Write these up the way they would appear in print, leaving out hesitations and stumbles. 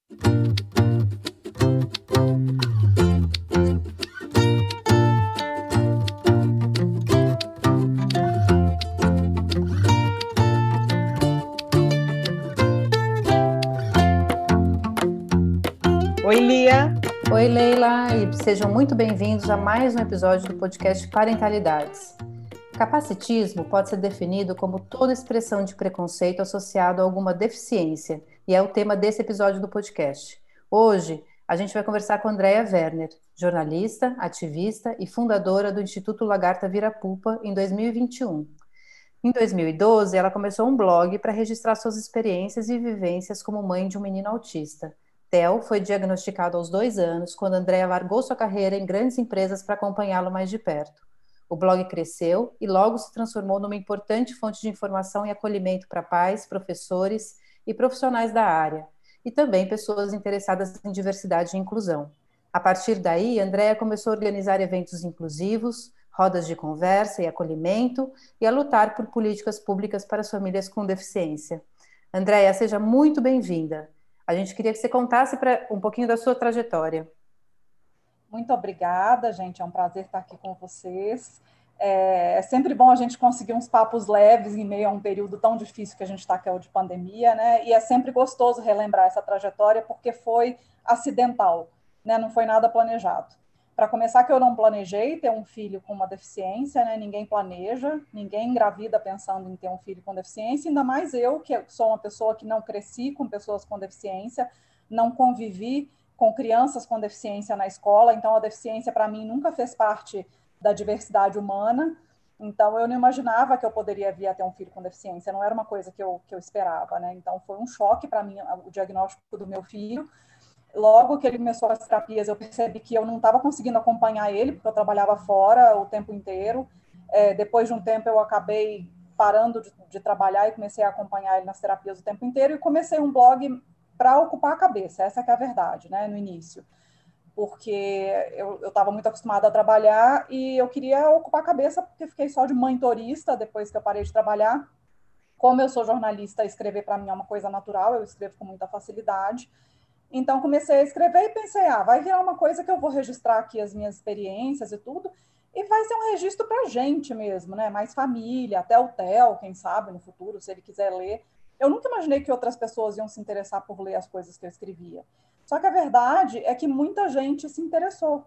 Oi, Lia. Oi, Leila, e sejam muito bem-vindos a mais um episódio do podcast Parentalidades. Capacitismo pode ser definido como toda expressão de preconceito associado a alguma deficiência, e é o tema desse episódio do podcast. Hoje, a gente vai conversar com Andréa Werner, jornalista, ativista e fundadora do Instituto Lagarta Virapupa em 2021. Em 2012, ela começou um blog para registrar suas experiências e vivências como mãe de um menino autista. Theo foi diagnosticado aos 2 anos, quando Andréa largou sua carreira em grandes empresas para acompanhá-lo mais de perto. O blog cresceu e logo se transformou numa importante fonte de informação e acolhimento para pais, professores e profissionais da área, e também pessoas interessadas em diversidade e inclusão. A partir daí, Andréa começou a organizar eventos inclusivos, rodas de conversa e acolhimento, e a lutar por políticas públicas para as famílias com deficiência. Andréa, seja muito bem-vinda. A gente queria que você contasse um pouquinho da sua trajetória. Muito obrigada, gente. É um prazer estar aqui com vocês. É sempre bom a gente conseguir uns papos leves em meio a um período tão difícil que a gente está, que é o de pandemia, né? E é sempre gostoso relembrar essa trajetória, porque foi acidental, né? Não foi nada planejado. Para começar, que eu não planejei ter um filho com uma deficiência, né? Ninguém planeja, ninguém engravida pensando em ter um filho com deficiência, ainda mais eu, que sou uma pessoa que não cresci com pessoas com deficiência, não convivi com crianças com deficiência na escola, então a deficiência para mim nunca fez parte da diversidade humana, então eu não imaginava que eu poderia vir a ter um filho com deficiência, não era uma coisa que eu esperava, né? Então foi um choque para mim o diagnóstico do meu filho. Logo que ele começou as terapias, eu percebi que eu não estava conseguindo acompanhar ele, porque eu trabalhava fora o tempo inteiro. Depois de um tempo eu acabei parando de trabalhar e comecei a acompanhar ele nas terapias o tempo inteiro, e comecei um blog para ocupar a cabeça, essa que é a verdade, né, no início, porque eu estava muito acostumada a trabalhar e eu queria ocupar a cabeça, porque fiquei só de mãe turista depois que eu parei de trabalhar. Como eu sou jornalista, escrever para mim é uma coisa natural, eu escrevo com muita facilidade, então comecei a escrever e pensei, vai virar uma coisa que eu vou registrar aqui as minhas experiências e tudo, e vai ser um registro para a gente mesmo, né, mais família, até o Theo, quem sabe, no futuro, se ele quiser ler. Eu nunca imaginei que outras pessoas iam se interessar por ler as coisas que eu escrevia. Só que a verdade é que muita gente se interessou,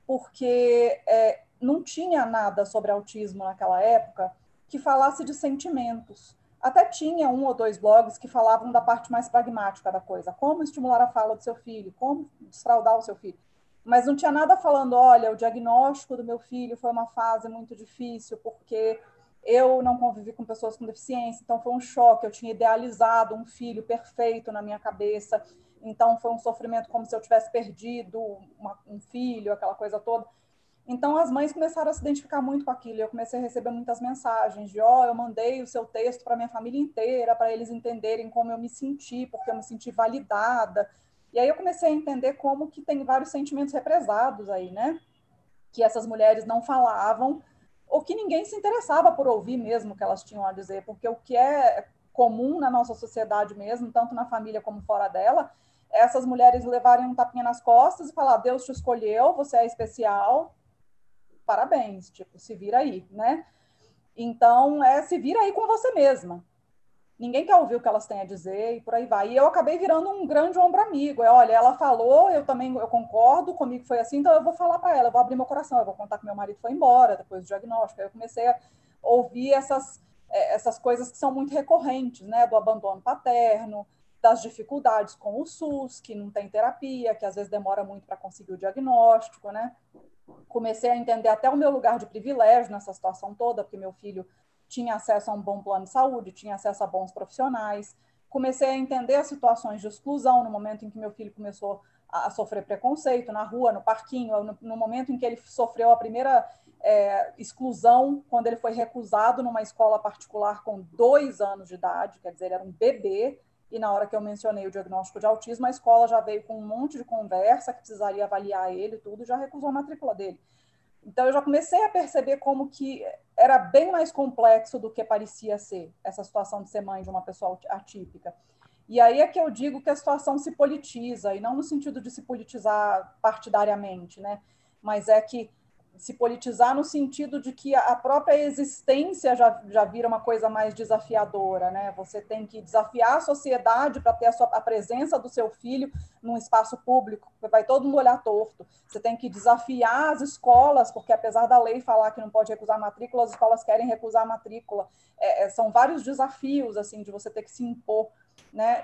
porque não tinha nada sobre autismo naquela época que falasse de sentimentos. Até tinha 1 ou 2 blogs que falavam da parte mais pragmática da coisa, como estimular a fala do seu filho, como desfraldar o seu filho. Mas não tinha nada falando, olha, o diagnóstico do meu filho foi uma fase muito difícil, porque eu não convivi com pessoas com deficiência, então foi um choque, eu tinha idealizado um filho perfeito na minha cabeça, então foi um sofrimento como se eu tivesse perdido um filho, aquela coisa toda. Então, as mães começaram a se identificar muito com aquilo, e eu comecei a receber muitas mensagens de, eu mandei o seu texto para minha família inteira, para eles entenderem como eu me senti, porque eu me senti validada. E aí eu comecei a entender como que tem vários sentimentos represados aí, né? Que essas mulheres não falavam, ou que ninguém se interessava por ouvir mesmo o que elas tinham a dizer, porque o que é comum na nossa sociedade mesmo, tanto na família como fora dela, é essas mulheres levarem um tapinha nas costas e falar, Deus te escolheu, você é especial, parabéns, tipo, se vira aí, né? Então, se vira aí com você mesma. Ninguém quer ouvir o que elas têm a dizer e por aí vai. E eu acabei virando um grande ombro amigo. Olha, ela falou, eu concordo, comigo foi assim, então eu vou falar para ela, eu vou abrir meu coração, eu vou contar que meu marido foi embora depois do diagnóstico. Aí eu comecei a ouvir essas coisas que são muito recorrentes, né? Do abandono paterno, das dificuldades com o SUS, que não tem terapia, que às vezes demora muito para conseguir o diagnóstico, né? Comecei a entender até o meu lugar de privilégio nessa situação toda, porque meu filho tinha acesso a um bom plano de saúde, tinha acesso a bons profissionais. Comecei a entender as situações de exclusão no momento em que meu filho começou a sofrer preconceito na rua, no parquinho, no momento em que ele sofreu a primeira exclusão, quando ele foi recusado numa escola particular com 2 anos de idade, quer dizer, ele era um bebê, e na hora que eu mencionei o diagnóstico de autismo, a escola já veio com um monte de conversa que precisaria avaliar ele e tudo, já recusou a matrícula dele. Então, eu já comecei a perceber como que era bem mais complexo do que parecia ser essa situação de ser mãe de uma pessoa atípica. E aí é que eu digo que a situação se politiza, e não no sentido de se politizar partidariamente, né? Mas é que se politizar no sentido de que a própria existência já vira uma coisa mais desafiadora, né? Você tem que desafiar a sociedade para ter a presença do seu filho num espaço público, porque vai todo mundo olhar torto. Você tem que desafiar as escolas, porque apesar da lei falar que não pode recusar matrícula, as escolas querem recusar a matrícula. São vários desafios, assim, de você ter que se impor, né?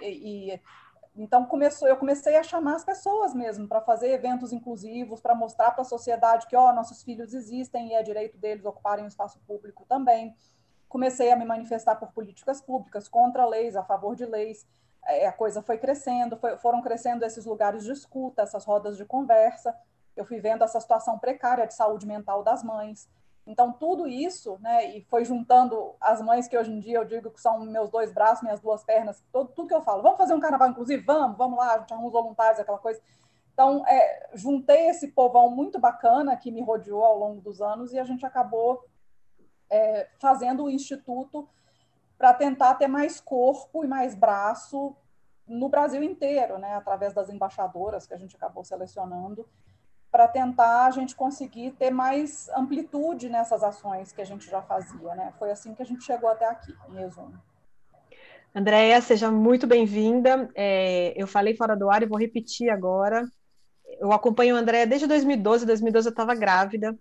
Então eu comecei a chamar as pessoas mesmo para fazer eventos inclusivos, para mostrar para a sociedade que nossos filhos existem e é direito deles ocuparem o espaço público também. Comecei a me manifestar por políticas públicas, contra leis, a favor de leis. A coisa foi crescendo, foram crescendo esses lugares de escuta, essas rodas de conversa. Eu fui vendo essa situação precária de saúde mental das mães. Então, tudo isso, né, e foi juntando as mães que hoje em dia eu digo que são meus dois braços, minhas duas pernas, tudo que eu falo. Vamos fazer um carnaval inclusive? Vamos lá, a gente arruma os voluntários, aquela coisa. Então, juntei esse povão muito bacana que me rodeou ao longo dos anos e a gente acabou fazendo o Instituto para tentar ter mais corpo e mais braço no Brasil inteiro, né, através das embaixadoras que a gente acabou selecionando, para tentar a gente conseguir ter mais amplitude nessas ações que a gente já fazia, né? Foi assim que a gente chegou até aqui, em resumo. Andréia, seja muito bem-vinda. Eu falei fora do ar e vou repetir agora. Eu acompanho a Andréia desde 2012. Em 2012 eu estava grávida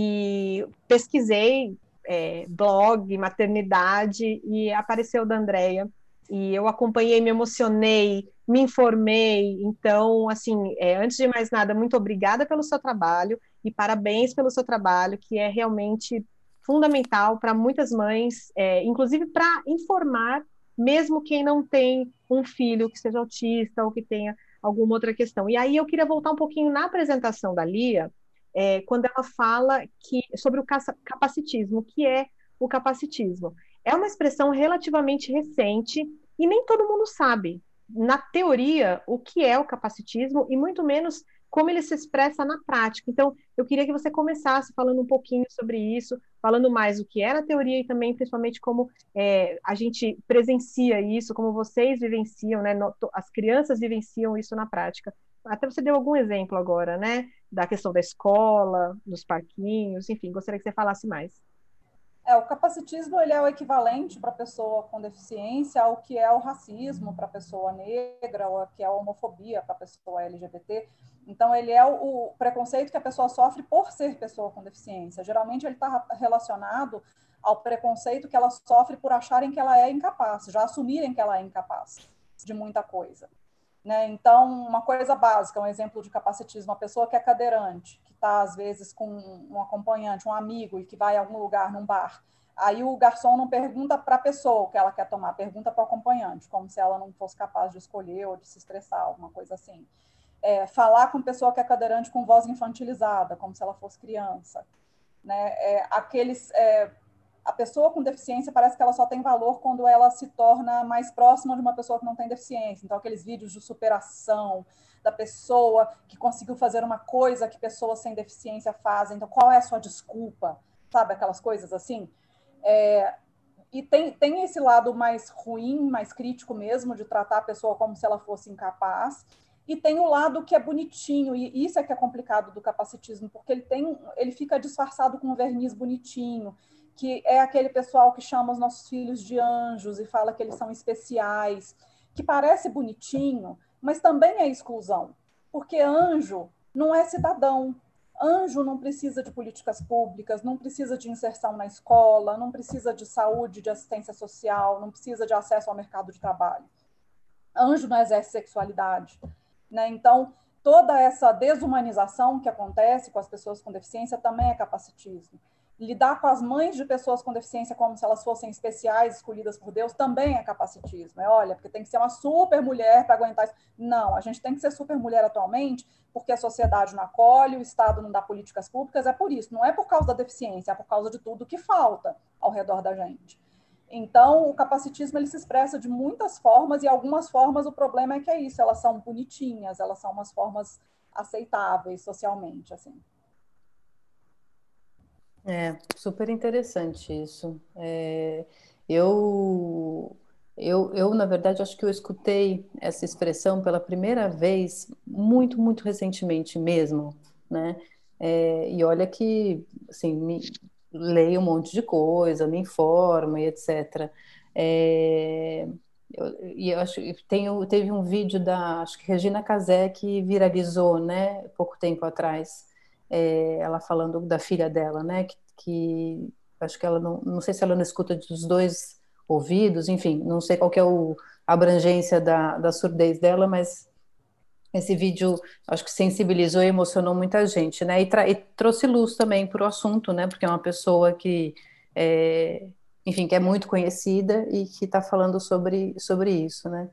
e pesquisei blog, maternidade e apareceu da Andréia. E eu acompanhei, me emocionei, me informei. Então, assim, antes de mais nada, muito obrigada pelo seu trabalho e parabéns pelo seu trabalho, que é realmente fundamental para muitas mães, inclusive para informar, mesmo quem não tem um filho que seja autista ou que tenha alguma outra questão. E aí eu queria voltar um pouquinho na apresentação da Lia, quando ela fala sobre o capacitismo, o que é o capacitismo. É uma expressão relativamente recente e nem todo mundo sabe, na teoria, o que é o capacitismo e muito menos como ele se expressa na prática. Então, eu queria que você começasse falando um pouquinho sobre isso, falando mais o que é na teoria e também, principalmente, como a gente presencia isso, como vocês vivenciam, né? As crianças vivenciam isso na prática. Até você deu algum exemplo agora, né? Da questão da escola, dos parquinhos, enfim, gostaria que você falasse mais. O capacitismo ele é o equivalente para a pessoa com deficiência ao que é o racismo para a pessoa negra, ou que é a homofobia para a pessoa LGBT. Então, ele é o preconceito que a pessoa sofre por ser pessoa com deficiência. Geralmente, ele está relacionado ao preconceito que ela sofre por acharem que ela é incapaz, já assumirem que ela é incapaz de muita coisa. Né? Então, uma coisa básica, um exemplo de capacitismo, uma pessoa que é cadeirante, que está, às vezes, com um acompanhante, um amigo, e que vai a algum lugar, num bar. Aí o garçom não pergunta para a pessoa o que ela quer tomar, pergunta para o acompanhante, como se ela não fosse capaz de escolher ou de se estressar, alguma coisa assim. Falar com pessoa que é cadeirante com voz infantilizada, como se ela fosse criança. Né? A pessoa com deficiência parece que ela só tem valor quando ela se torna mais próxima de uma pessoa que não tem deficiência. Então, aqueles vídeos de superação da pessoa que conseguiu fazer uma coisa que pessoas sem deficiência fazem. Então, qual é a sua desculpa? Sabe, aquelas coisas assim? E tem esse lado mais ruim, mais crítico mesmo, de tratar a pessoa como se ela fosse incapaz. E tem o lado que é bonitinho, e isso é que é complicado do capacitismo, porque ele fica disfarçado com um verniz bonitinho, que é aquele pessoal que chama os nossos filhos de anjos e fala que eles são especiais, que parece bonitinho, mas também é exclusão, porque anjo não é cidadão. Anjo não precisa de políticas públicas, não precisa de inserção na escola, não precisa de saúde, de assistência social, não precisa de acesso ao mercado de trabalho. Anjo não exerce sexualidade. Né? Então, toda essa desumanização que acontece com as pessoas com deficiência também é capacitismo. Lidar com as mães de pessoas com deficiência como se elas fossem especiais, escolhidas por Deus, também é capacitismo. Olha, porque tem que ser uma super mulher para aguentar isso. Não, a gente tem que ser super mulher atualmente porque a sociedade não acolhe, o Estado não dá políticas públicas, é por isso. Não é por causa da deficiência, é por causa de tudo que falta ao redor da gente. Então, o capacitismo ele se expressa de muitas formas, e algumas formas o problema é que é isso, elas são bonitinhas, elas são umas formas aceitáveis socialmente, assim. Super interessante isso. Eu Na verdade, acho que eu escutei essa expressão pela primeira vez muito, muito recentemente mesmo, né? E olha que, assim, leio um monte de coisa, me informo e etc. É, e eu acho que teve um vídeo da, acho que Regina Casé que viralizou, né, pouco tempo atrás, ela falando da filha dela, né, que acho que ela não sei se ela não escuta dos dois ouvidos, enfim, não sei qual que é a abrangência da surdez dela, mas esse vídeo acho que sensibilizou e emocionou muita gente, né? E trouxe luz também para o assunto, né? Porque é uma pessoa que, é, enfim, que é muito conhecida e que está falando sobre isso, né?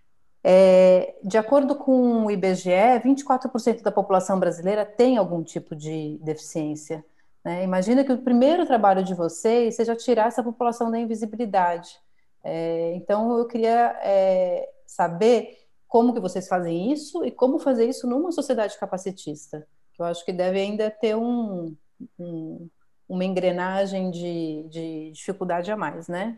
De acordo com o IBGE, 24% da população brasileira tem algum tipo de deficiência, né? Imagina que o primeiro trabalho de vocês seja tirar essa população da invisibilidade. Então, eu queria saber como que vocês fazem isso e como fazer isso numa sociedade capacitista, que eu acho que deve ainda ter um, uma engrenagem de dificuldade a mais, né?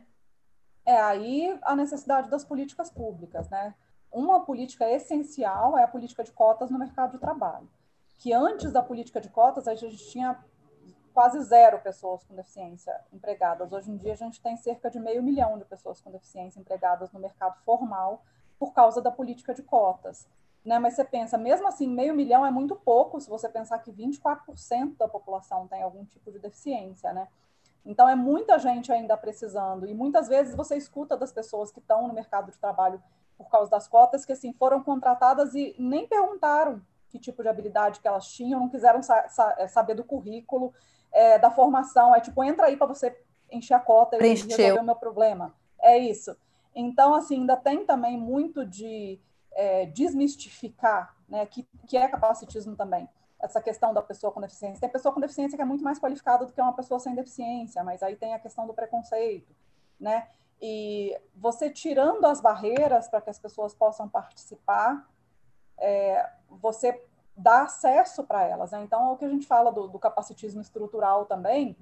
Aí a necessidade das políticas públicas, né? Uma política essencial é a política de cotas no mercado de trabalho, que antes da política de cotas a gente tinha quase zero pessoas com deficiência empregadas. Hoje em dia a gente tem cerca de 500 mil de pessoas com deficiência empregadas no mercado formal por causa da política de cotas. Né? Mas você pensa, mesmo assim, 500 mil é muito pouco se você pensar que 24% da população tem algum tipo de deficiência, né? Então, é muita gente ainda precisando. E muitas vezes você escuta das pessoas que estão no mercado de trabalho por causa das cotas, que assim, foram contratadas e nem perguntaram que tipo de habilidade que elas tinham, não quiseram saber do currículo, da formação. É tipo, entra aí para você encher a cota e Preencheu. resolver o meu problema. É isso. Então, assim, ainda tem também muito de desmistificar, né, que é capacitismo também, essa questão da pessoa com deficiência. Tem pessoa com deficiência que é muito mais qualificada do que uma pessoa sem deficiência, mas aí tem a questão do preconceito, né? E você tirando as barreiras para que as pessoas possam participar, você dá acesso para elas, né? Então, é o que a gente fala do capacitismo estrutural também.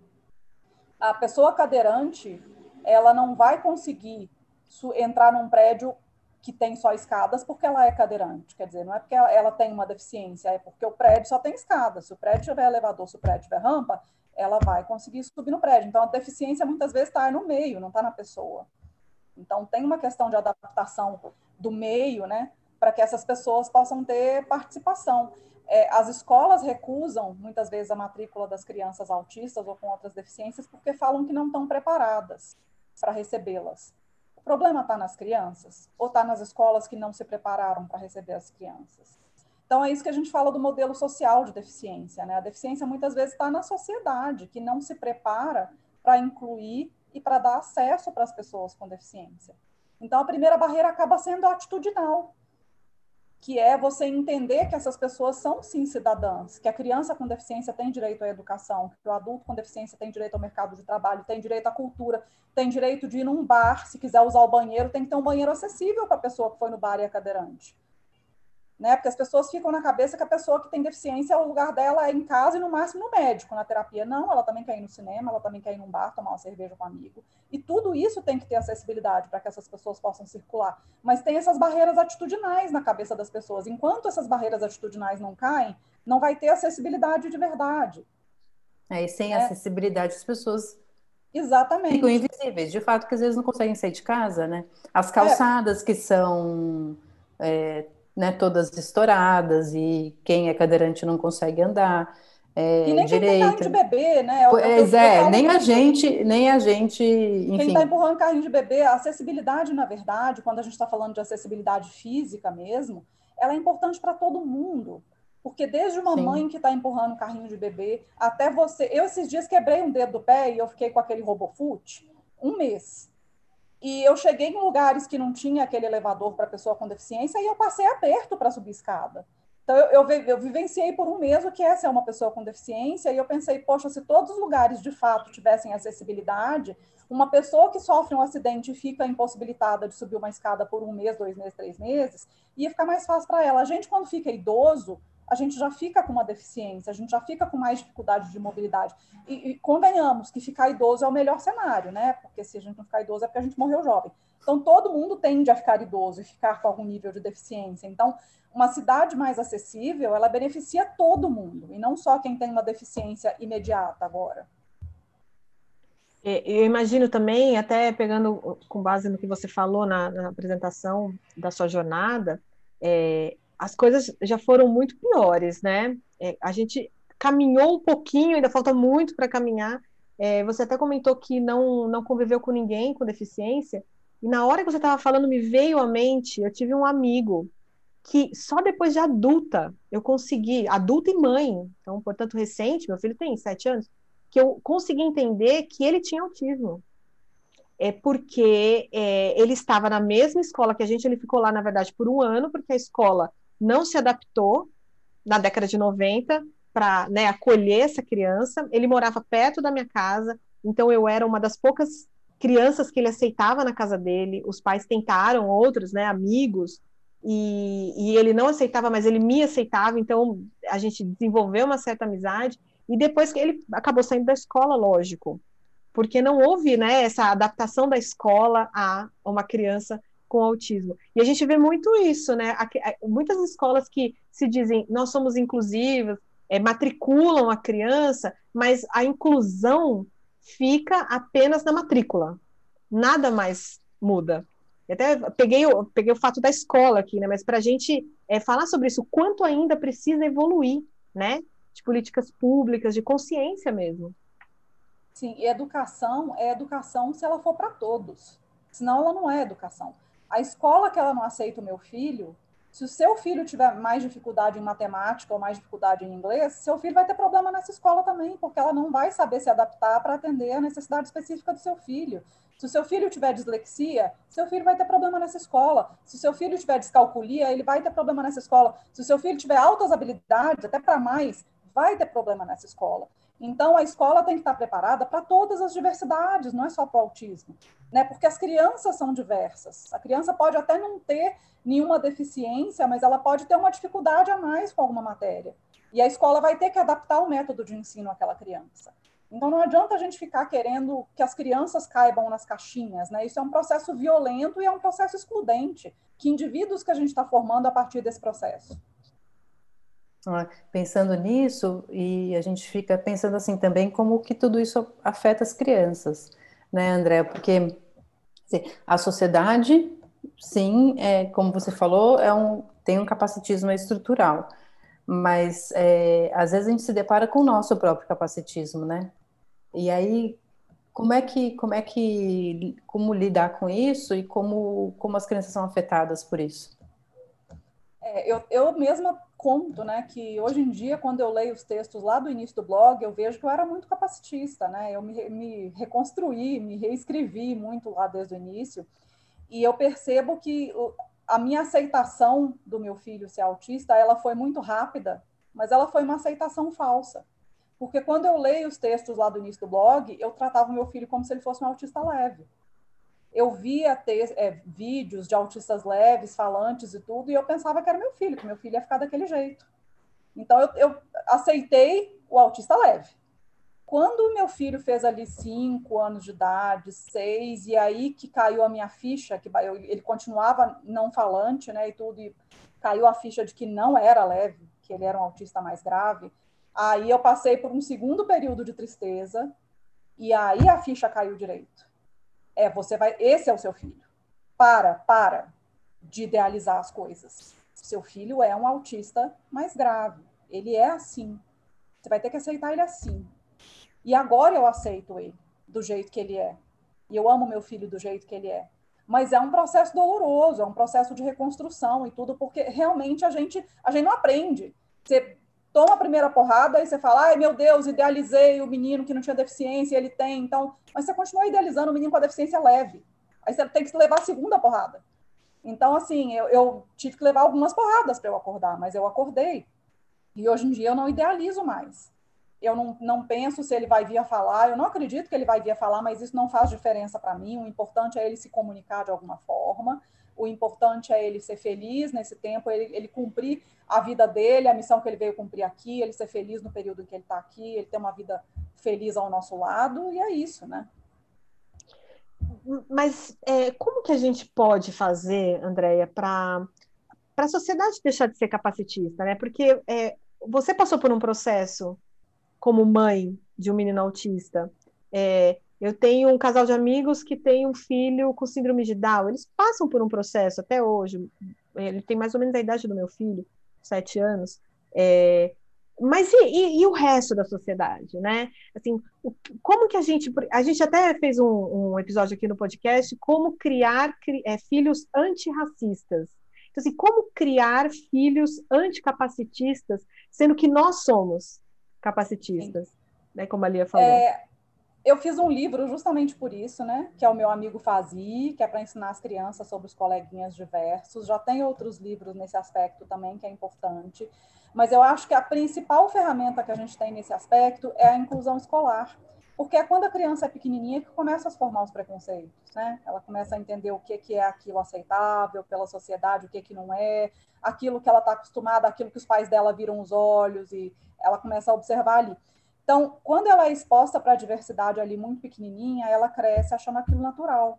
A pessoa cadeirante, ela não vai conseguir entrar num prédio que tem só escadas porque ela é cadeirante. Quer dizer, não é porque ela tem uma deficiência, é porque o prédio só tem escada. Se o prédio tiver elevador, se o prédio tiver rampa, ela vai conseguir subir no prédio. Então, a deficiência muitas vezes está no meio, não está na pessoa. Então, tem uma questão de adaptação do meio, né, para que essas pessoas possam ter participação. As escolas recusam, muitas vezes, a matrícula das crianças autistas ou com outras deficiências porque falam que não estão preparadas para recebê-las. O problema está nas crianças ou está nas escolas que não se prepararam para receber as crianças? Então, é isso que a gente fala do modelo social de deficiência, né? A deficiência muitas vezes está na sociedade, que não se prepara para incluir e para dar acesso para as pessoas com deficiência. Então, a primeira barreira acaba sendo atitudinal, que é você entender que essas pessoas são, sim, cidadãs, que a criança com deficiência tem direito à educação, que o adulto com deficiência tem direito ao mercado de trabalho, tem direito à cultura, tem direito de ir num bar, se quiser usar o banheiro, tem que ter um banheiro acessível para a pessoa que foi no bar e é cadeirante. Né? Porque as pessoas ficam na cabeça que a pessoa que tem deficiência, o lugar dela é em casa e no máximo no médico, na terapia. Não, ela também quer ir no cinema, ela também quer ir num bar, tomar uma cerveja com um amigo. E tudo isso tem que ter acessibilidade para que essas pessoas possam circular. Mas tem essas barreiras atitudinais na cabeça das pessoas. Enquanto essas barreiras atitudinais não caem, não vai ter acessibilidade de verdade. E sem Né? acessibilidade, as pessoas ficam Exatamente. invisíveis, de fato, que às vezes não conseguem sair de casa, né? As calçadas que são, né, todas estouradas e quem é cadeirante não consegue andar E nem quem tem carrinho de direita. bebê, né? Pois Eu é, falo muito. nem a gente, Quem está enfim, empurrando carrinho de bebê, a acessibilidade, na verdade, quando a gente está falando de acessibilidade física mesmo, ela é importante para todo mundo. Porque desde uma sim. mãe que está empurrando carrinho de bebê, até você. Eu, esses dias, quebrei um dedo do pé e eu fiquei com aquele RoboFoot um mês. E eu cheguei em lugares que não tinha aquele elevador para pessoa com deficiência e eu passei aperto para subir escada. Então, eu vivenciei por um mês o que é ser uma pessoa com deficiência e eu pensei, poxa, se todos os lugares de fato tivessem acessibilidade, uma pessoa que sofre um acidente e fica impossibilitada de subir uma escada por um mês, 2 meses, 3 meses, ia ficar mais fácil para ela. A gente, quando fica idoso, a gente já fica com uma deficiência, a gente já fica com mais dificuldade de mobilidade. E convenhamos que ficar idoso é o melhor cenário, né? Porque se a gente não ficar idoso é porque a gente morreu jovem. Então, todo mundo tende a ficar idoso e ficar com algum nível de deficiência. Então, uma cidade mais acessível, ela beneficia todo mundo, e não só quem tem uma deficiência imediata agora. Eu imagino também, até pegando com base no que você falou na apresentação da sua jornada, as coisas já foram muito piores, né? A gente caminhou um pouquinho, ainda falta muito para caminhar. Você até comentou que não conviveu com ninguém com deficiência, e na hora que você estava falando, me veio à mente, eu tive um amigo que só depois de adulta eu consegui, adulta e mãe, então, portanto, recente, meu filho tem 7 anos, que eu consegui entender que ele tinha autismo. Porque ele estava na mesma escola que a gente, ele ficou lá, na verdade, por um ano, porque a escola não se adaptou na década de 90 para, né, acolher essa criança. Ele morava perto da minha casa, então eu era uma das poucas crianças que ele aceitava na casa dele. Os pais tentaram, outros, né, amigos, e ele não aceitava, mas ele me aceitava, então a gente desenvolveu uma certa amizade, e depois que ele acabou saindo da escola, lógico, porque não houve, né, essa adaptação da escola a uma criança com autismo. E a gente vê muito isso, né? Muitas escolas que se dizem, nós somos inclusivas, matriculam a criança, mas a inclusão fica apenas na matrícula. Nada mais muda. Eu até peguei o fato da escola aqui, né? Mas para a gente falar sobre isso, o quanto ainda precisa evoluir, né? De políticas públicas, de consciência mesmo. Sim, e educação é educação se ela for para todos. Senão ela não é educação. A escola que ela não aceita o meu filho, se o seu filho tiver mais dificuldade em matemática ou mais dificuldade em inglês, seu filho vai ter problema nessa escola também, porque ela não vai saber se adaptar para atender a necessidade específica do seu filho. Se o seu filho tiver dislexia, seu filho vai ter problema nessa escola. Se o seu filho tiver descalculia, ele vai ter problema nessa escola. Se o seu filho tiver altas habilidades, até para mais, vai ter problema nessa escola. Então, a escola tem que estar preparada para todas as diversidades, não é só para o autismo, né? Porque as crianças são diversas. A criança pode até não ter nenhuma deficiência, mas ela pode ter uma dificuldade a mais com alguma matéria. E a escola vai ter que adaptar o método de ensino àquela criança. Então, não adianta a gente ficar querendo que as crianças caibam nas caixinhas, né? Isso é um processo violento e é um processo excludente. Que indivíduos que a gente está formando a partir desse processo? Pensando nisso, e a gente fica pensando assim também como que tudo isso afeta as crianças, né, André? Porque assim, a sociedade, sim, como você falou, tem um capacitismo estrutural, mas às vezes a gente se depara com o nosso próprio capacitismo, né? E aí, como lidar com isso e como as crianças são afetadas por isso? Eu mesma conto, né, que hoje em dia, quando eu leio os textos lá do início do blog, eu vejo que eu era muito capacitista, né? Eu me reconstruí, me reescrevi muito lá desde o início, e eu percebo que a minha aceitação do meu filho ser autista, ela foi muito rápida, mas ela foi uma aceitação falsa. Porque quando eu leio os textos lá do início do blog, eu tratava o meu filho como se ele fosse um autista leve. Eu via vídeos de autistas leves, falantes e tudo, e eu pensava que era meu filho, que meu filho ia ficar daquele jeito. Então, eu aceitei o autista leve. Quando meu filho fez ali 5 anos de idade, 6, e aí que caiu a minha ficha, que ele continuava não falante, né, e tudo, e caiu a ficha de que não era leve, que ele era um autista mais grave, aí eu passei por um segundo período de tristeza, e aí a ficha caiu direito. Esse é o seu filho. Para de idealizar as coisas. Seu filho é um autista mais grave. Ele é assim. Você vai ter que aceitar ele assim. E agora eu aceito ele do jeito que ele é. E eu amo meu filho do jeito que ele é. Mas é um processo doloroso, é um processo de reconstrução e tudo, porque realmente a gente não aprende. Você toma a primeira porrada e você fala, ai meu Deus, idealizei o menino que não tinha deficiência, ele tem, então... Mas você continua idealizando o menino com a deficiência leve. Aí você tem que levar a segunda porrada. Então, assim, eu tive que levar algumas porradas para eu acordar, mas eu acordei. E hoje em dia eu não idealizo mais. Eu não penso se ele vai vir a falar, eu não acredito que ele vai vir a falar, mas isso não faz diferença para mim. O importante é ele se comunicar de alguma forma. o importante é ele ser feliz nesse tempo, ele cumprir a vida dele, a missão que ele veio cumprir aqui, ele ser feliz no período em que ele está aqui, ele ter uma vida feliz ao nosso lado, e é isso, né? Mas como que a gente pode fazer, Andréia, para a sociedade deixar de ser capacitista, né? Porque você passou por um processo como mãe de um menino autista. Eu tenho um casal de amigos que tem um filho com síndrome de Down. Eles passam por um processo até hoje. Ele tem mais ou menos a idade do meu filho, 7 anos. Mas e o resto da sociedade, né? Assim, como que a gente até fez um episódio aqui no podcast, como criar filhos antirracistas. Então, assim, como criar filhos anticapacitistas, sendo que nós somos capacitistas, né? Como a Lia falou. Eu fiz um livro justamente por isso, né? Que é o Meu Amigo Fazi, que é para ensinar as crianças sobre os coleguinhas diversos. Já tem outros livros nesse aspecto também, que é importante. Mas eu acho que a principal ferramenta que a gente tem nesse aspecto é a inclusão escolar. Porque é quando a criança é pequenininha que começa a se formar os preconceitos, né? Ela começa a entender o que é aquilo aceitável pela sociedade, o que não é, aquilo que ela está acostumada, aquilo que os pais dela viram os olhos, e ela começa a observar ali. Então, quando ela é exposta para a diversidade ali muito pequenininha, ela cresce achando aquilo natural.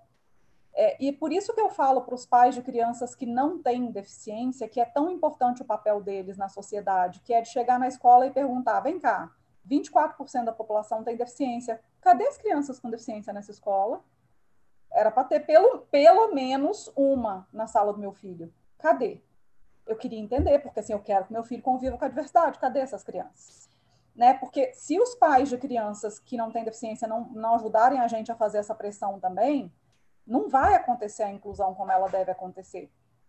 E por isso que eu falo para os pais de crianças que não têm deficiência, que é tão importante o papel deles na sociedade, que é de chegar na escola e perguntar, vem cá, 24% da população tem deficiência, cadê as crianças com deficiência nessa escola? Era para ter pelo menos uma na sala do meu filho. Cadê? Eu queria entender, porque assim, eu quero que meu filho conviva com a diversidade, cadê essas crianças? Né? Porque se os pais de crianças que não têm deficiência não ajudarem a gente a fazer essa pressão também, não vai acontecer a inclusão como ela deve acontecer.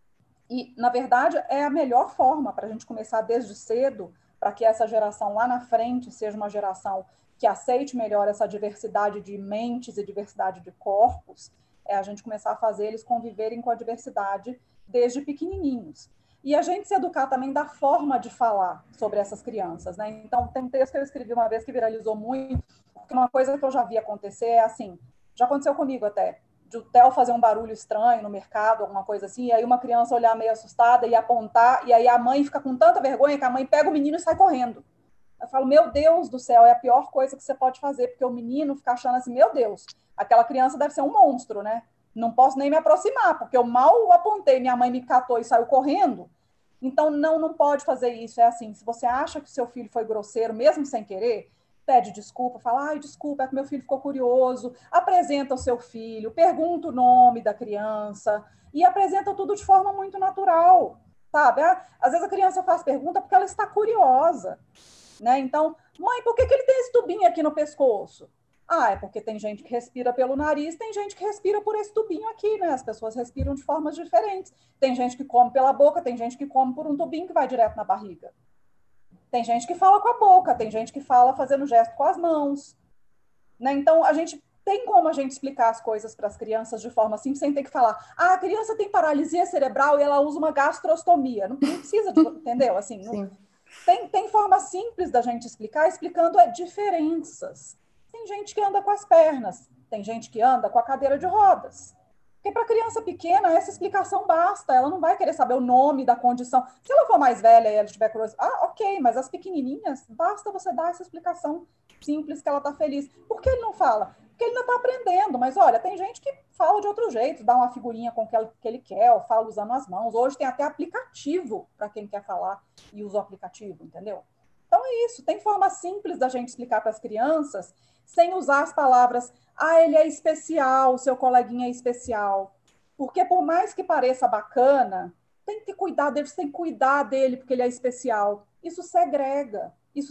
E, na verdade, é a melhor forma para a gente começar desde cedo, para que essa geração lá na frente seja uma geração que aceite melhor essa diversidade de mentes e diversidade de corpos, é a gente começar a fazer eles conviverem com a diversidade desde pequenininhos. E a gente se educar também da forma de falar sobre essas crianças, né? Então, tem um texto que eu escrevi uma vez que viralizou muito, porque uma coisa que eu já vi acontecer é assim, já aconteceu comigo até, de o Theo fazer um barulho estranho no mercado, alguma coisa assim, e aí uma criança olhar meio assustada e apontar, e aí a mãe fica com tanta vergonha que a mãe pega o menino e sai correndo. Eu falo, meu Deus do céu, é a pior coisa que você pode fazer, porque o menino fica achando assim, meu Deus, aquela criança deve ser um monstro, né? Não posso nem me aproximar, porque eu mal apontei, minha mãe me catou e saiu correndo. Então, não pode fazer isso. É assim, se você acha que o seu filho foi grosseiro, mesmo sem querer, pede desculpa, fala, ai, desculpa, é que meu filho ficou curioso, apresenta o seu filho, pergunta o nome da criança e apresenta tudo de forma muito natural, sabe? Às vezes a criança faz pergunta porque ela está curiosa, né? Então, mãe, por que ele tem esse tubinho aqui no pescoço? É porque tem gente que respira pelo nariz, tem gente que respira por esse tubinho aqui, né? As pessoas respiram de formas diferentes. Tem gente que come pela boca, tem gente que come por um tubinho que vai direto na barriga. Tem gente que fala com a boca, tem gente que fala fazendo gesto com as mãos, né? Então, a gente tem como a gente explicar as coisas para as crianças de forma assim, sem ter que falar, a criança tem paralisia cerebral e ela usa uma gastrostomia. Não precisa, entendeu? Assim, tem forma simples da gente explicar, explicando diferenças. Tem gente que anda com as pernas, tem gente que anda com a cadeira de rodas. Porque para criança pequena, essa explicação basta, ela não vai querer saber o nome da condição. Se ela for mais velha e ela tiver curiosidade, ok, mas as pequenininhas, basta você dar essa explicação simples que ela está feliz. Por que ele não fala? Porque ele ainda está aprendendo, mas olha, tem gente que fala de outro jeito, dá uma figurinha com o que ele quer, ou fala usando as mãos. Hoje tem até aplicativo para quem quer falar e usa o aplicativo, entendeu? Então é isso, tem forma simples da gente explicar para as crianças sem usar as palavras, ele é especial, o seu coleguinha é especial. Porque por mais que pareça bacana, tem que cuidar dele, você tem que cuidar dele porque ele é especial. Isso segrega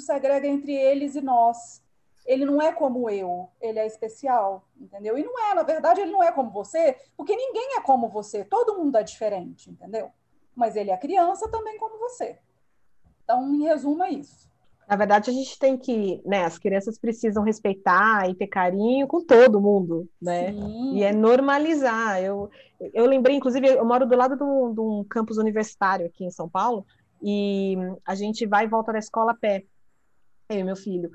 entre eles e nós. Ele não é como eu, ele é especial, entendeu? E não é, na verdade, ele não é como você, porque ninguém é como você, todo mundo é diferente, entendeu? Mas ele é criança também como você. Então, em resumo, é isso. Na verdade, a gente tem que, né, as crianças precisam respeitar e ter carinho com todo mundo, né? Sim. E é normalizar. Eu lembrei, inclusive, eu moro do lado de um campus universitário aqui em São Paulo, e a gente vai e volta da escola a pé, eu e meu filho.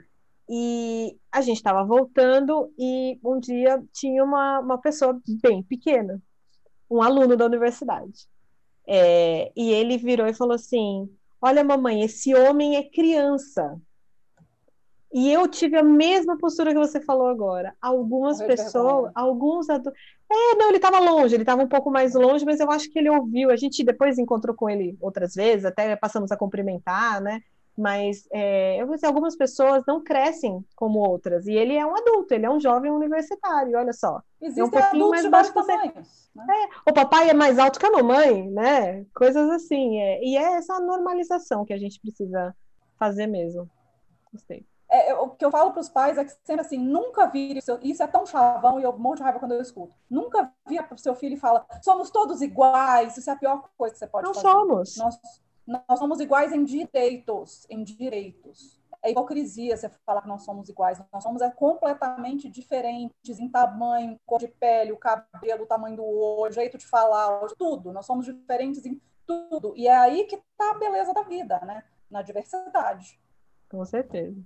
E a gente estava voltando e um dia tinha uma pessoa bem pequena. um aluno da universidade. E ele virou e falou assim: olha, mamãe, esse homem é criança. E eu tive a mesma postura que você falou agora. Algumas Morreu de pessoas, vergonha. alguns adultos. Não, ele estava longe, ele estava um pouco mais longe, mas eu acho que ele ouviu. A gente depois encontrou com ele outras vezes, até passamos a cumprimentar, né? Mas eu vou dizer, algumas pessoas não crescem como outras. E ele é um adulto, ele é um jovem universitário, olha só. É um Existem pouquinho adultos mais de baixo vários que você. tamanhos, né? O papai é mais alto que a mamãe, né? Coisas assim. E é essa normalização que a gente precisa fazer mesmo. Gostei. O que eu falo para os pais é que sempre assim, nunca vire, isso é tão chavão e eu morro de raiva quando eu escuto, nunca vira para o seu filho e fala, somos todos iguais, isso é a pior coisa que você pode Não fazer. somos. Nós somos iguais em direitos, É hipocrisia você falar que nós somos iguais, nós somos completamente diferentes em tamanho, cor de pele, o cabelo, o tamanho do olho, o jeito de falar, tudo, nós somos diferentes em tudo, e é aí que está a beleza da vida, né? Na diversidade. Com certeza.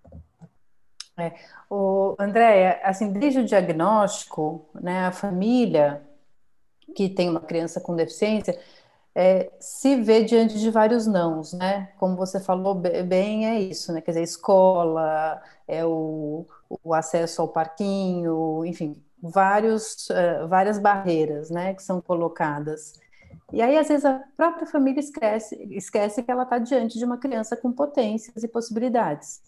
Andréia, assim, desde o diagnóstico, né, a família que tem uma criança com deficiência se vê diante de vários nãos, né? Como você falou bem, é isso, né? Quer dizer, escola, o acesso ao parquinho, enfim, várias barreiras, né, que são colocadas. E aí, às vezes, a própria família esquece que ela está diante de uma criança com potências e possibilidades.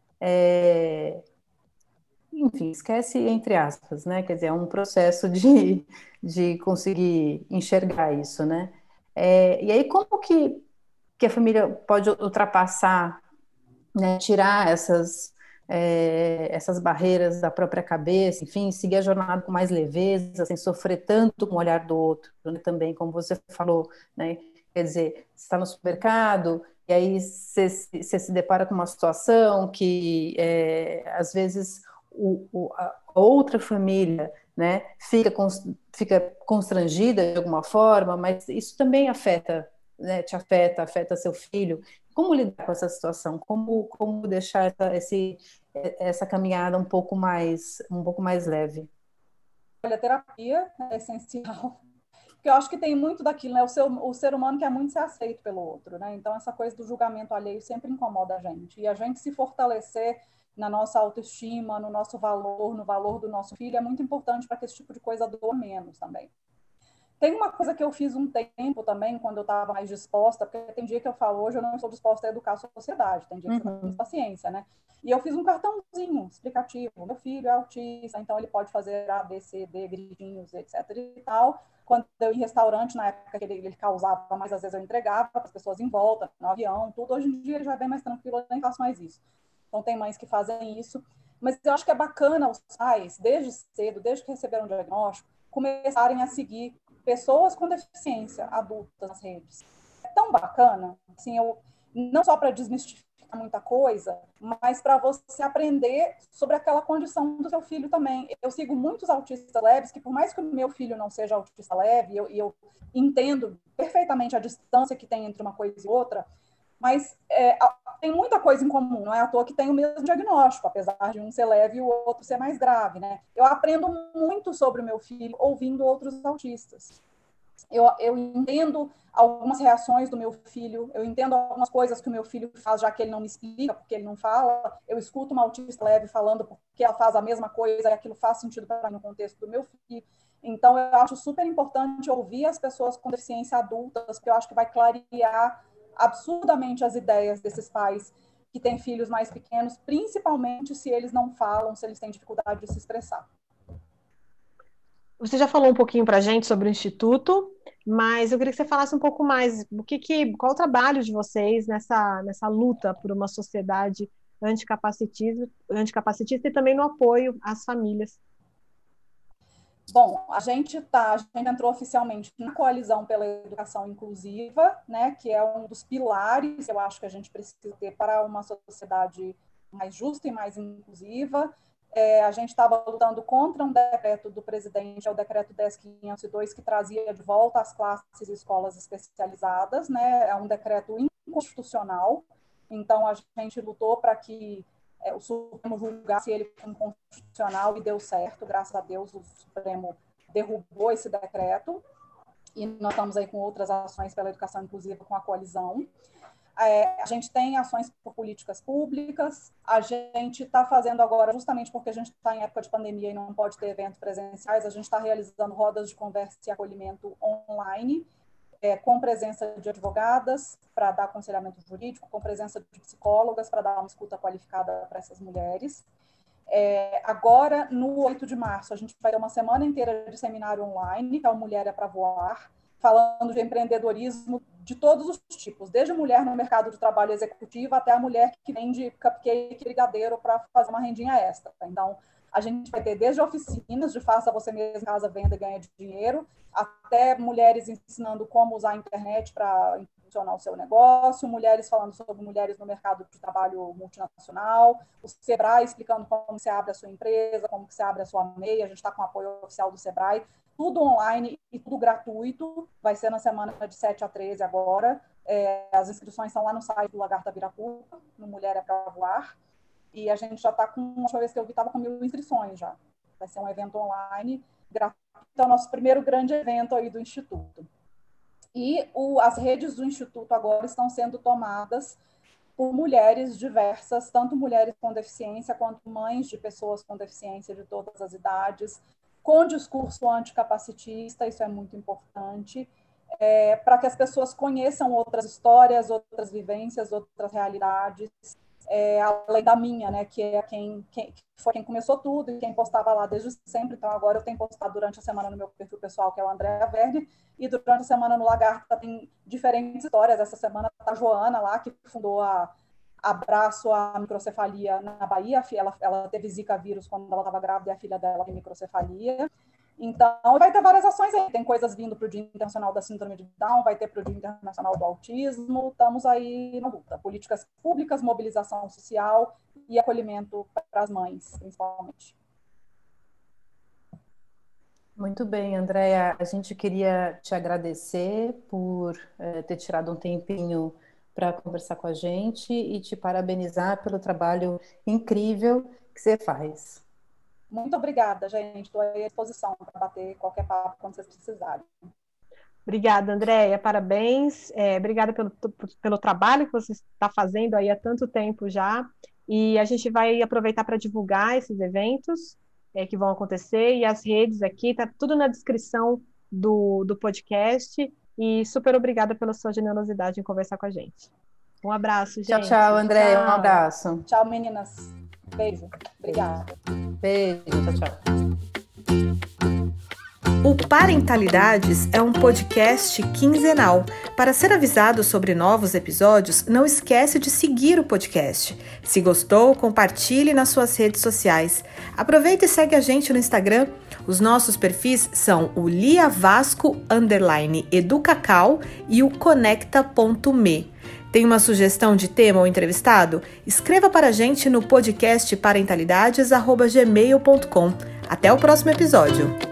Enfim, esquece entre aspas, né? Quer dizer, é um processo de conseguir enxergar isso, né? E aí, como que a família pode ultrapassar, né, tirar essas barreiras da própria cabeça, enfim, seguir a jornada com mais leveza, sem sofrer tanto com o olhar do outro, né, também, como você falou, né? Quer dizer, você está no supermercado e aí você se depara com uma situação que, às vezes, a outra família, né, fica constrangida de alguma forma, mas isso também afeta, né, afeta seu filho. Como lidar com essa situação? Como deixar essa caminhada um pouco mais leve? Olha, a terapia é essencial, porque eu acho que tem muito daquilo, né? O ser humano quer muito ser aceito pelo outro, né? Então, essa coisa do julgamento alheio sempre incomoda a gente. E a gente se fortalecer na nossa autoestima, no nosso valor, no valor do nosso filho, é muito importante para que esse tipo de coisa doa menos também. Tem uma coisa que eu fiz um tempo também, quando eu estava mais disposta, porque tem dia que eu falo, hoje eu não estou disposta a educar a sociedade, tem dia que você não tem paciência, né? E eu fiz um cartãozinho explicativo. Meu filho é autista, então ele pode fazer A, B, C, D, gritinhos, etc. e tal. Quando eu ia em restaurante, na época que ele causava, mas às vezes eu entregava para as pessoas em volta, no avião, tudo. Hoje em dia ele já é bem mais tranquilo, eu nem faço mais isso. Então tem mães que fazem isso. Mas eu acho que é bacana os pais, desde cedo, desde que receberam o diagnóstico, começarem a seguir pessoas com deficiência adultas nas redes. É tão bacana, assim, não só para desmistificar muita coisa, mas para você aprender sobre aquela condição do seu filho também. Eu sigo muitos autistas leves que, por mais que o meu filho não seja autista leve, eu entendo perfeitamente a distância que tem entre uma coisa e outra, mas tem muita coisa em comum, não é à toa que tem o mesmo diagnóstico, apesar de um ser leve e o outro ser mais grave, né? Eu aprendo muito sobre o meu filho ouvindo outros autistas. Eu entendo algumas reações do meu filho, eu entendo algumas coisas que o meu filho faz, já que ele não me explica, porque ele não fala. Eu escuto uma autista leve falando porque ela faz a mesma coisa e aquilo faz sentido para mim no contexto do meu filho. Então, eu acho super importante ouvir as pessoas com deficiência adultas, porque eu acho que vai clarear absurdamente as ideias desses pais que têm filhos mais pequenos, principalmente se eles não falam, se eles têm dificuldade de se expressar. Você já falou um pouquinho para a gente sobre o Instituto, mas eu queria que você falasse um pouco mais qual o trabalho de vocês nessa luta por uma sociedade anticapacitista e também no apoio às famílias. Bom, a gente entrou oficialmente na Coalizão pela Educação Inclusiva, né, que é um dos pilares que eu acho que a gente precisa ter para uma sociedade mais justa e mais inclusiva. A gente estava lutando contra um decreto do presidente, é o decreto 10.502, que trazia de volta as classes e escolas especializadas, né, é um decreto inconstitucional, então a gente lutou para que o Supremo julgasse ele como constitucional e deu certo, graças a Deus o Supremo derrubou esse decreto. e nós estamos aí com outras ações pela educação inclusiva com a coalizão. A gente tem ações por políticas públicas, a gente está fazendo agora, justamente porque a gente está em época de pandemia e não pode ter eventos presenciais, a gente está realizando rodas de conversa e acolhimento online, com presença de advogadas para dar aconselhamento jurídico, com presença de psicólogas para dar uma escuta qualificada para essas mulheres. Agora, no 8 de março, a gente vai ter uma semana inteira de seminário online, que é o Mulher é para Voar, falando de empreendedorismo de todos os tipos, desde a mulher no mercado de trabalho executivo até a mulher que vende cupcake e brigadeiro para fazer uma rendinha extra. Então, a gente vai ter desde oficinas de faça você mesmo em casa, venda e ganha dinheiro, até mulheres ensinando como usar a internet para impulsionar o seu negócio, mulheres falando sobre mulheres no mercado de trabalho multinacional, o Sebrae explicando como você abre a sua empresa, como você abre a sua MEI, a gente está com o apoio oficial do Sebrae, tudo online e tudo gratuito, vai ser na semana de 7 a 13 agora, as inscrições estão lá no site do Lagarta Viracopos, no Mulher é para Voar, e a gente já está com, a última vez que eu vi, estava com 1.000 inscrições já, vai ser um evento online gratuito, é o nosso primeiro grande evento aí do Instituto. E as redes do Instituto agora estão sendo tomadas por mulheres diversas, tanto mulheres com deficiência quanto mães de pessoas com deficiência de todas as idades, com discurso anticapacitista, isso é muito importante, para que as pessoas conheçam outras histórias, outras vivências, outras realidades, além da minha, né, que é foi quem começou tudo e quem postava lá desde sempre. Então, agora eu tenho postado durante a semana no meu perfil pessoal, que é o Andréa Verne, e durante a semana no Lagarta tem diferentes histórias. Essa semana tá a Joana lá, que fundou a Abraço à Microcefalia na Bahia. Ela teve Zika vírus quando ela estava grávida e a filha dela tem microcefalia. Então, vai ter várias ações aí. Tem coisas vindo para o Dia Internacional da Síndrome de Down, vai ter para o Dia Internacional do Autismo. Estamos aí na luta. Políticas públicas, mobilização social e acolhimento para as mães, principalmente. Muito bem, Andréa. A gente queria te agradecer por ter tirado um tempinho para conversar com a gente e te parabenizar pelo trabalho incrível que você faz. Muito obrigada, gente. Estou à disposição para bater qualquer papo quando vocês precisarem. Obrigada, Andréia. Parabéns. Obrigada pelo trabalho que você está fazendo aí há tanto tempo já. E a gente vai aproveitar para divulgar esses eventos que vão acontecer. E as redes aqui, está tudo na descrição do podcast. E super obrigada pela sua generosidade em conversar com a gente. Um abraço, gente. Tchau, tchau, Andréia. Um abraço. Tchau, meninas. Beijo. Obrigada. Beijo. Tchau, tchau. O Parentalidades é um podcast quinzenal. Para ser avisado sobre novos episódios, não esquece de seguir o podcast. Se gostou, compartilhe nas suas redes sociais. Aproveita e segue a gente no Instagram. Os nossos perfis são o liavasco_educacau e o conecta.me. Tem uma sugestão de tema ou entrevistado? Escreva para a gente no podcast parentalidades@gmail.com. Até o próximo episódio.